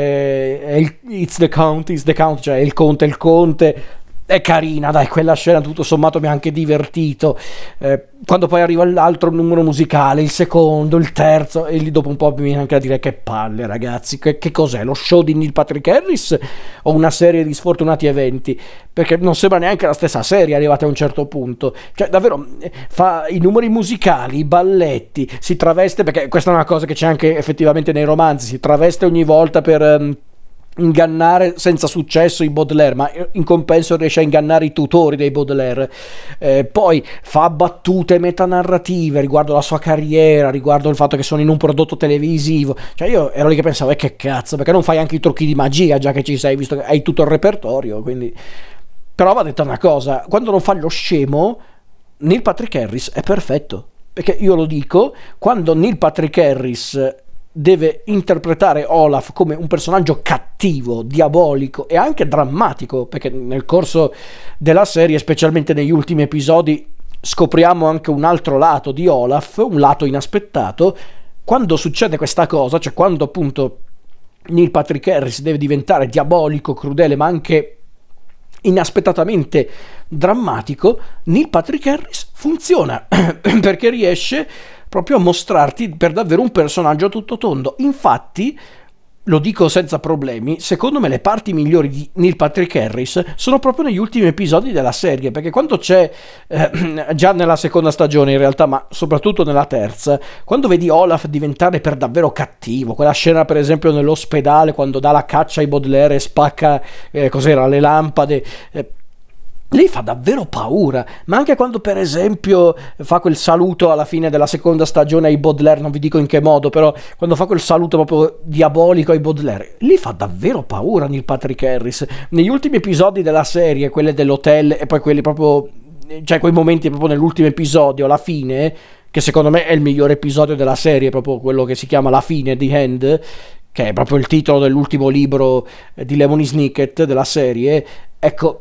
cantare It's the Count, it's the Count, cioè il Conte, il Conte. È carina, dai, quella scena tutto sommato mi ha anche divertito, eh, quando poi arriva l'altro numero musicale, il secondo, il terzo, e lì dopo un po' mi viene anche a dire: che palle, ragazzi, che, che cos'è, lo show di Neil Patrick Harris o una serie di sfortunati eventi? Perché non sembra neanche la stessa serie arrivata a un certo punto, cioè davvero fa i numeri musicali, i balletti, si traveste, perché questa è una cosa che c'è anche effettivamente nei romanzi, si traveste ogni volta per um, ingannare senza successo i Baudelaire, ma in compenso riesce a ingannare i tutori dei Baudelaire. Eh, poi fa battute metanarrative riguardo la sua carriera, riguardo il fatto che sono in un prodotto televisivo. Cioè io ero lì che pensavo: eh, che cazzo, perché non fai anche i trucchi di magia, già che ci sei, visto che hai tutto il repertorio? Quindi, però va detta una cosa: quando non fa lo scemo, Neil Patrick Harris è perfetto. Perché io lo dico, quando Neil Patrick Harris deve interpretare Olaf come un personaggio cattivo, diabolico e anche drammatico, perché nel corso della serie, specialmente negli ultimi episodi, scopriamo anche un altro lato di Olaf, un lato inaspettato. Quando succede questa cosa, cioè quando appunto Neil Patrick Harris deve diventare diabolico, crudele, ma anche inaspettatamente drammatico, Neil Patrick Harris funziona perché riesce proprio a mostrarti per davvero un personaggio tutto tondo. Infatti, lo dico senza problemi, secondo me le parti migliori di Neil Patrick Harris sono proprio negli ultimi episodi della serie, perché quando c'è, eh, già nella seconda stagione in realtà, ma soprattutto nella terza, quando vedi Olaf diventare per davvero cattivo, quella scena per esempio nell'ospedale quando dà la caccia ai Baudelaire e spacca, eh, cos'era, le lampade, eh, lei fa davvero paura. Ma anche quando per esempio fa quel saluto alla fine della seconda stagione ai Baudelaire, non vi dico in che modo, però quando fa quel saluto proprio diabolico ai Baudelaire, lì fa davvero paura Neil Patrick Harris. Negli ultimi episodi della serie, quelle dell'hotel e poi quelli proprio, cioè quei momenti proprio nell'ultimo episodio, alla fine, che secondo me è il migliore episodio della serie, proprio quello che si chiama La fine, The End, che è proprio il titolo dell'ultimo libro di Lemony Snicket della serie. Ecco,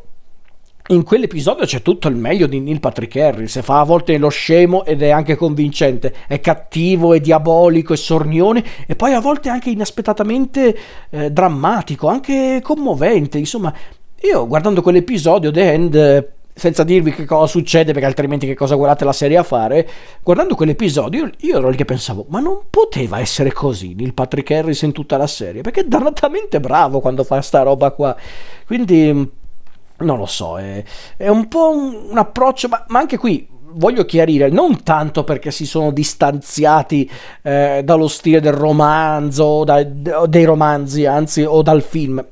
in quell'episodio c'è tutto il meglio di Neil Patrick Harris. Fa a volte lo scemo ed è anche convincente, è cattivo, è diabolico, è sornione, e poi a volte anche inaspettatamente eh, drammatico, anche commovente. Insomma, io guardando quell'episodio The End, senza dirvi che cosa succede, perché altrimenti che cosa guardate la serie a fare, guardando quell'episodio io, io ero lì che pensavo: ma non poteva essere così Neil Patrick Harris in tutta la serie, perché è dannatamente bravo quando fa sta roba qua. Quindi non lo so, è, è un po' un, un approccio, ma, ma anche qui voglio chiarire, non tanto perché si sono distanziati eh, dallo stile del romanzo, da, dei romanzi, anzi, o dal film.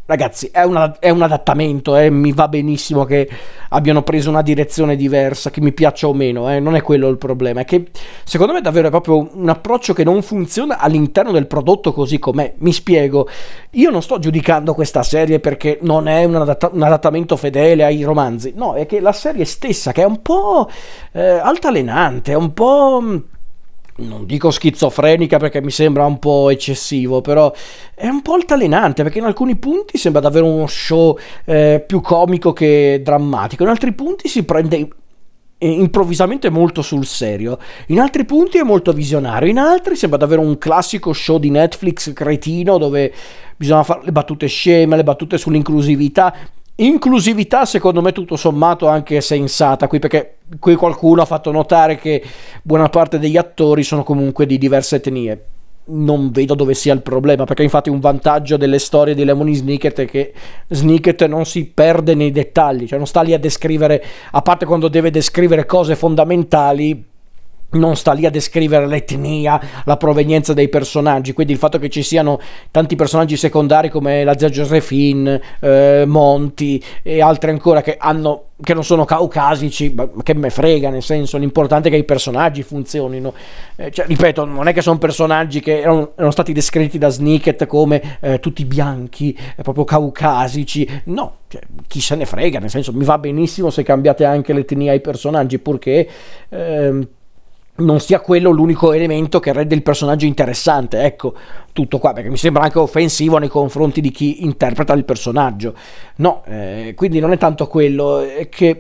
ragazzi, è, una, è un adattamento, eh, mi va benissimo che abbiano preso una direzione diversa, che mi piaccia o meno, eh, non è quello il problema, è che secondo me davvero è proprio un approccio che non funziona all'interno del prodotto così com'è. Mi spiego, io non sto giudicando questa serie perché non è un, adatta- un adattamento fedele ai romanzi, no, è che la serie stessa, che è un po' eh, altalenante, è un po'... non dico schizofrenica perché mi sembra un po' eccessivo, però è un po' altalenante perché in alcuni punti sembra davvero uno show eh, più comico che drammatico, in altri punti si prende improvvisamente molto sul serio, in altri punti è molto visionario, in altri sembra davvero un classico show di Netflix cretino dove bisogna fare le battute sceme, le battute sull'inclusività. Inclusività secondo me tutto sommato anche sensata qui, perché qui qualcuno ha fatto notare che buona parte degli attori sono comunque di diverse etnie. Non vedo dove sia il problema, perché infatti un vantaggio delle storie di Lemony Snicket è che Snicket non si perde nei dettagli, cioè non sta lì a descrivere, a parte quando deve descrivere cose fondamentali, non sta lì a descrivere l'etnia, la provenienza dei personaggi, quindi il fatto che ci siano tanti personaggi secondari come la zia Josephine, eh, Monty e altri ancora che hanno che non sono caucasici, ma che me frega, nel senso, l'importante è che i personaggi funzionino, eh, cioè, ripeto, non è che sono personaggi che erano, erano stati descritti da Snicket come eh, tutti bianchi, eh, proprio caucasici, no, cioè, chi se ne frega, nel senso, mi va benissimo se cambiate anche l'etnia ai personaggi, purché ehm, non sia quello l'unico elemento che rende il personaggio interessante, ecco, tutto qua, perché mi sembra anche offensivo nei confronti di chi interpreta il personaggio, no, eh, quindi non è tanto quello, è che,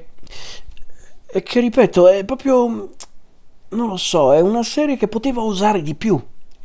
è che ripeto, è proprio, non lo so, è una serie che poteva usare di più,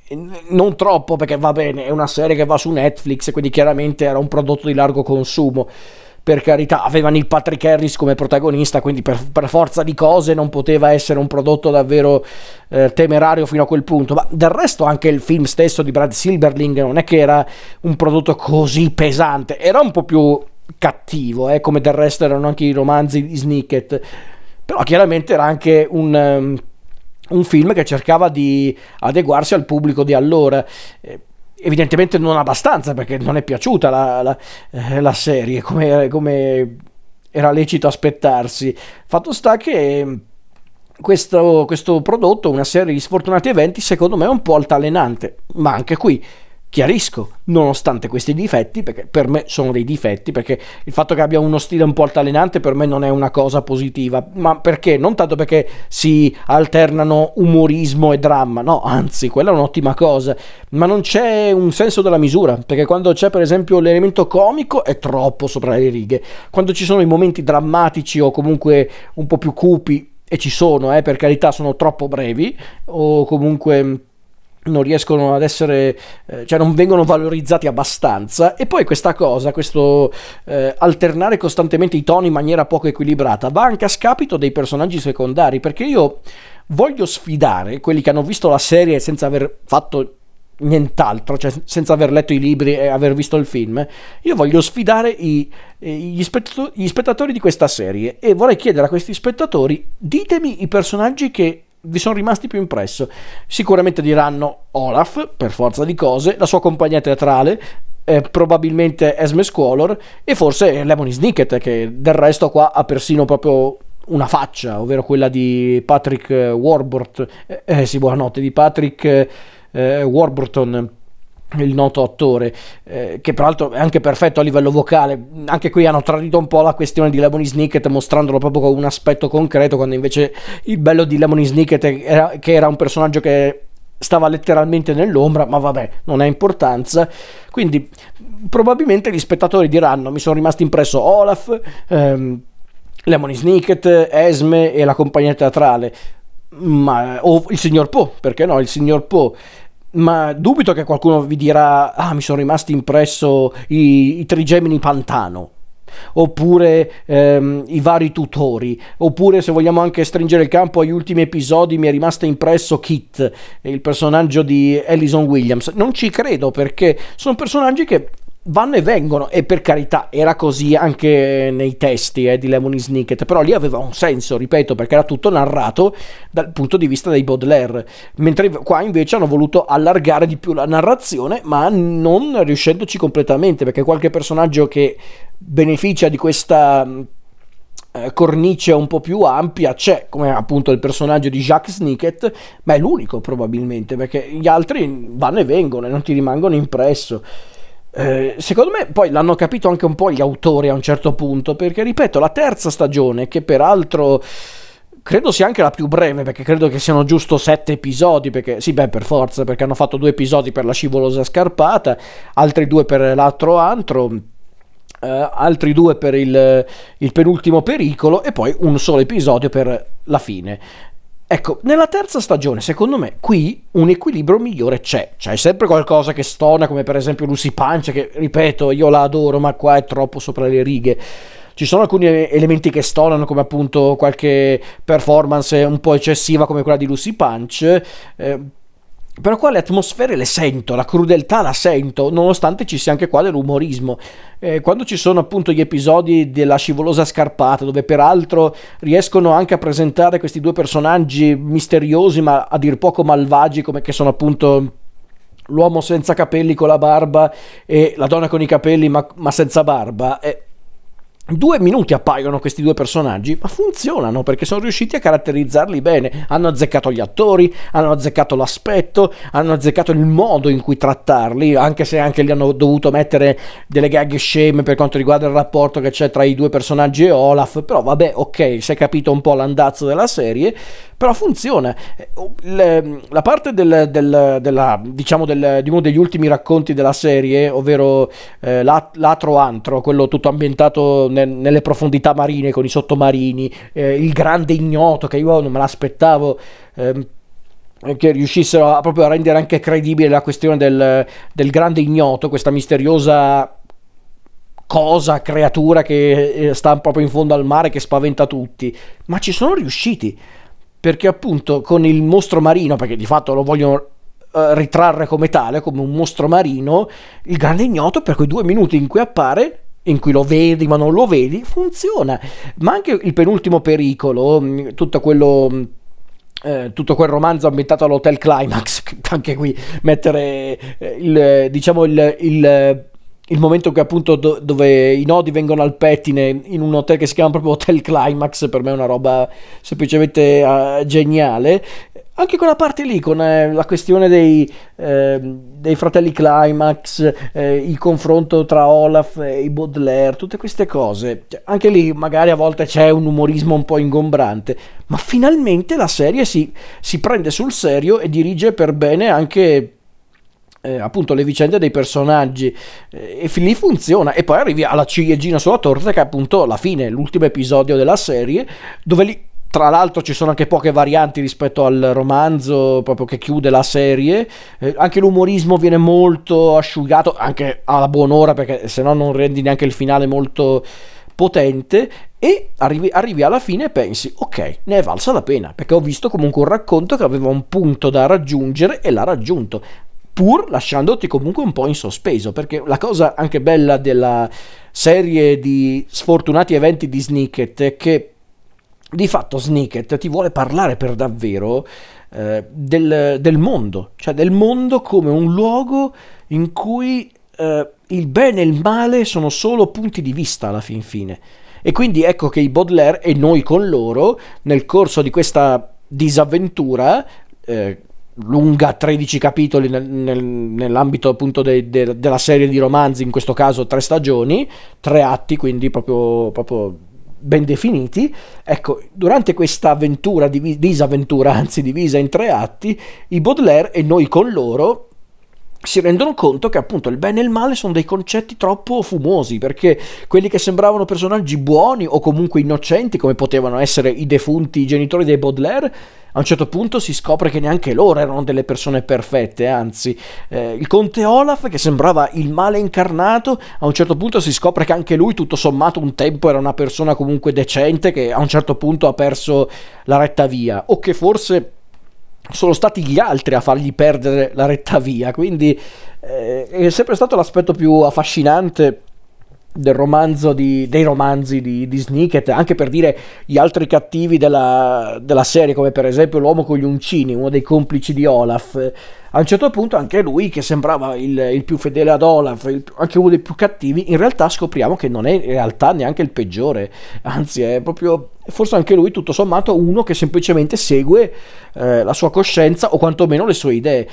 non troppo, perché va bene, è una serie che va su Netflix, quindi chiaramente era un prodotto di largo consumo, per carità, avevano il Patrick Harris come protagonista, quindi per, per forza di cose non poteva essere un prodotto davvero eh, temerario fino a quel punto, ma del resto anche il film stesso di Brad Silberling non è che era un prodotto così pesante, era un po' più cattivo, eh, come del resto erano anche i romanzi di Snicket, però chiaramente era anche un... Um, un film che cercava di adeguarsi al pubblico di allora, eh, evidentemente non abbastanza perché non è piaciuta la, la, eh, la serie come, come era lecito aspettarsi. Fatto sta che questo, questo prodotto, una serie di sfortunati eventi, secondo me è un po' altalenante, ma anche qui chiarisco, nonostante questi difetti, perché per me sono dei difetti, perché il fatto che abbia uno stile un po' altalenante per me non è una cosa positiva, ma perché? Non tanto perché si alternano umorismo e dramma, no, anzi, quella è un'ottima cosa, ma non c'è un senso della misura, perché quando c'è per esempio l'elemento comico è troppo sopra le righe, quando ci sono i momenti drammatici o comunque un po' più cupi, e ci sono, eh, per carità, sono troppo brevi, o comunque non riescono ad essere, eh, cioè non vengono valorizzati abbastanza, e poi questa cosa, questo eh, alternare costantemente i toni in maniera poco equilibrata va anche a scapito dei personaggi secondari, perché io voglio sfidare quelli che hanno visto la serie senza aver fatto nient'altro, cioè senza aver letto i libri e aver visto il film. Io voglio sfidare i, gli, spettatori, gli spettatori di questa serie, e vorrei chiedere a questi spettatori: ditemi i personaggi che vi sono rimasti più impresso. Sicuramente diranno Olaf, per forza di cose, la sua compagnia teatrale, eh, probabilmente Esme Squalor e forse Lemony Snicket, che del resto qua ha persino proprio una faccia, ovvero quella di Patrick Warburton, eh, eh sì, buonanotte, di Patrick eh, Warburton, il noto attore, eh, che peraltro è anche perfetto a livello vocale. Anche qui hanno tradito un po' la questione di Lemony Snicket, mostrandolo proprio con un aspetto concreto, quando invece il bello di Lemony Snicket era che era un personaggio che stava letteralmente nell'ombra, ma vabbè, non ha importanza. Quindi probabilmente gli spettatori diranno: mi sono rimasti impresso Olaf, ehm, Lemony Snicket, Esme e la compagnia teatrale, ma, o il signor Poe, perché no, il signor Poe. Ma dubito che qualcuno vi dirà: ah, mi sono rimasti impresso i, i trigemini pantano, oppure ehm, i vari tutori, oppure, se vogliamo anche stringere il campo agli ultimi episodi, mi è rimasto impresso Kit, il personaggio di Alison Williams. Non ci credo, perché sono personaggi che vanno e vengono, e per carità era così anche nei testi eh, di Lemony Snicket, però lì aveva un senso, ripeto, perché era tutto narrato dal punto di vista dei Baudelaire, mentre qua invece hanno voluto allargare di più la narrazione, ma non riuscendoci completamente, perché qualche personaggio che beneficia di questa eh, cornice un po' più ampia c'è, come appunto il personaggio di Jacques Snicket, ma è l'unico probabilmente, perché gli altri vanno e vengono e non ti rimangono impresso. Eh, secondo me poi l'hanno capito anche un po' gli autori a un certo punto, perché ripeto, la terza stagione, che peraltro credo sia anche la più breve, perché credo che siano giusto sette episodi, perché sì, beh, per forza, perché hanno fatto due episodi per la scivolosa scarpata, altri due per l'altro antro, eh, altri due per il, il penultimo pericolo e poi un solo episodio per la fine. Ecco, nella terza stagione, secondo me, qui un equilibrio migliore c'è. C'è sempre qualcosa che stona, come per esempio Lucy Punch, che, ripeto, io la adoro, ma qua è troppo sopra le righe. Ci sono alcuni elementi che stonano, come appunto qualche performance un po' eccessiva, come quella di Lucy Punch, eh, però qua le atmosfere le sento, la crudeltà la sento, nonostante ci sia anche qua dell'umorismo. Eh, quando ci sono appunto gli episodi della scivolosa scarpata, dove peraltro riescono anche a presentare questi due personaggi misteriosi ma a dir poco malvagi, come che sono appunto l'uomo senza capelli con la barba e la donna con i capelli ma, ma senza barba, eh, due minuti appaiono questi due personaggi, ma funzionano perché sono riusciti a caratterizzarli bene. Hanno azzeccato gli attori, hanno azzeccato l'aspetto, hanno azzeccato il modo in cui trattarli, anche se anche gli hanno dovuto mettere delle gag sceme per quanto riguarda il rapporto che c'è tra i due personaggi e Olaf. Però vabbè, ok, si è capito un po' l'andazzo della serie, però funziona. Le, la parte del, del, della, diciamo del, di uno degli ultimi racconti della serie, ovvero eh, l'Atro Antro, quello tutto ambientato ne, nelle profondità marine con i sottomarini, eh, il grande ignoto, che io non me l'aspettavo, eh, che riuscissero a, proprio a rendere anche credibile la questione del, del grande ignoto, questa misteriosa cosa, creatura che sta proprio in fondo al mare, che spaventa tutti, ma ci sono riusciti, perché appunto con il mostro marino, perché di fatto lo vogliono uh, ritrarre come tale, come un mostro marino, il grande ignoto per quei due minuti in cui appare, in cui lo vedi ma non lo vedi, funziona. Ma anche il penultimo pericolo, tutto quello... Eh, tutto quel romanzo ambientato all'Hotel Climax, anche qui mettere eh, il, diciamo il, il il momento che appunto do, dove i nodi vengono al pettine in un hotel che si chiama proprio Hotel Climax, per me è una roba semplicemente uh, geniale. Anche quella parte lì, con eh, la questione dei, eh, dei fratelli Climax, eh, il confronto tra Olaf e i Baudelaire, tutte queste cose, cioè, anche lì magari a volte c'è un umorismo un po' ingombrante, ma finalmente la serie si, si prende sul serio e dirige per bene anche Eh, appunto le vicende dei personaggi, eh, e lì funziona. E poi arrivi alla ciliegina sulla torta, che è appunto la fine, l'ultimo episodio della serie, dove lì tra l'altro ci sono anche poche varianti rispetto al romanzo proprio che chiude la serie, eh, anche l'umorismo viene molto asciugato, anche alla buon'ora, perché se no non rendi neanche il finale molto potente, e arrivi, arrivi alla fine e pensi ok, ne è valsa la pena, perché ho visto comunque un racconto che aveva un punto da raggiungere e l'ha raggiunto, pur lasciandoti comunque un po' in sospeso, perché la cosa anche bella della serie di sfortunati eventi di Snicket è che di fatto Snicket ti vuole parlare per davvero eh, del, del mondo, cioè del mondo come un luogo in cui eh, il bene e il male sono solo punti di vista alla fin fine. E quindi ecco che i Baudelaire e noi con loro, nel corso di questa disavventura eh, lunga tredici capitoli nel, nel, nell'ambito appunto de, de, della serie di romanzi, in questo caso tre stagioni, tre atti, quindi proprio, proprio ben definiti. Ecco, durante questa avventura, div- disavventura, anzi divisa in tre atti, i Baudelaire e noi con loro si rendono conto che appunto il bene e il male sono dei concetti troppo fumosi, perché quelli che sembravano personaggi buoni o comunque innocenti, come potevano essere i defunti genitori dei Baudelaire, a un certo punto si scopre che neanche loro erano delle persone perfette, anzi eh, il conte Olaf, che sembrava il male incarnato, a un certo punto si scopre che anche lui tutto sommato un tempo era una persona comunque decente, che a un certo punto ha perso la retta via, o che forse sono stati gli altri a fargli perdere la retta via, quindi eh, è sempre stato l'aspetto più affascinante del romanzo di, dei romanzi di, di Snicket, anche per dire gli altri cattivi della, della serie, come per esempio l'uomo con gli uncini, uno dei complici di Olaf. A un certo punto anche lui, che sembrava il, il più fedele ad Olaf, il, anche uno dei più cattivi, in realtà scopriamo che non è in realtà neanche il peggiore, anzi è proprio, forse anche lui tutto sommato uno che semplicemente segue eh, la sua coscienza o quantomeno le sue idee.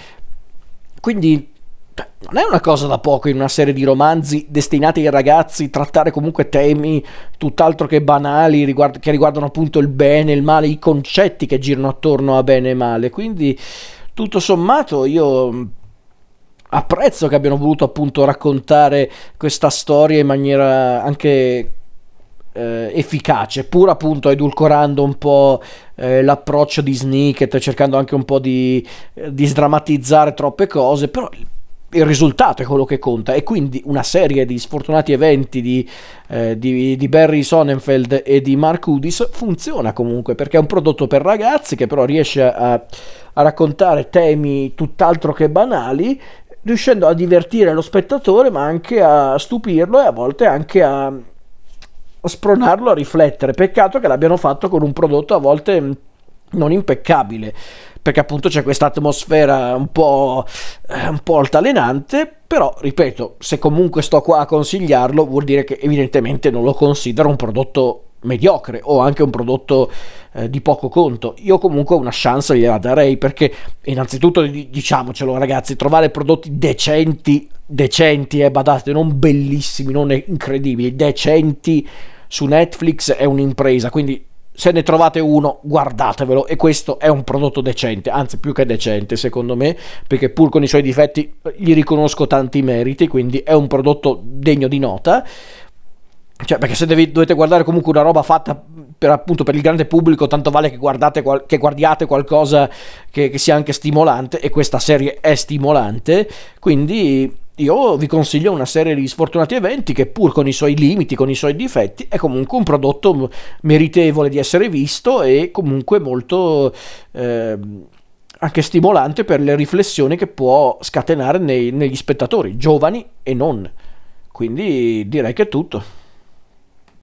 Quindi non è una cosa da poco in una serie di romanzi destinati ai ragazzi trattare comunque temi tutt'altro che banali, riguard- che riguardano appunto il bene, il male, i concetti che girano attorno a bene e male. Quindi tutto sommato io apprezzo che abbiano voluto appunto raccontare questa storia in maniera anche eh, efficace, pur appunto edulcorando un po' eh, l'approccio di Snicket, cercando anche un po' di, eh, di sdrammatizzare troppe cose, però il risultato è quello che conta, e quindi una serie di sfortunati eventi di, eh, di, di Barry Sonnenfeld e di Mark Udis funziona comunque, perché è un prodotto per ragazzi che però riesce a, a raccontare temi tutt'altro che banali, riuscendo a divertire lo spettatore ma anche a stupirlo e a volte anche a, a spronarlo a riflettere. Peccato che l'abbiano fatto con un prodotto a volte non impeccabile, perché appunto c'è questa atmosfera un po', eh, un po' altalenante. Però ripeto, se comunque sto qua a consigliarlo vuol dire che evidentemente non lo considero un prodotto mediocre o anche un prodotto eh, di poco conto. Io comunque una chance gliela darei, perché innanzitutto diciamocelo ragazzi, trovare prodotti decenti decenti e eh, badate, non bellissimi, non incredibili, decenti su Netflix è un'impresa, quindi se ne trovate uno, guardatevelo, e questo è un prodotto decente, anzi più che decente secondo me, perché pur con i suoi difetti gli riconosco tanti meriti, quindi è un prodotto degno di nota. Cioè, perché se devi, dovete guardare comunque una roba fatta per appunto per il grande pubblico, tanto vale che guardate qual- che guardiate qualcosa che, che sia anche stimolante, e questa serie è stimolante. Quindi io vi consiglio una serie di sfortunati eventi che, pur con i suoi limiti, con i suoi difetti, è comunque un prodotto meritevole di essere visto e comunque molto eh, anche stimolante per le riflessioni che può scatenare nei- negli spettatori, giovani e non. Quindi direi che è tutto.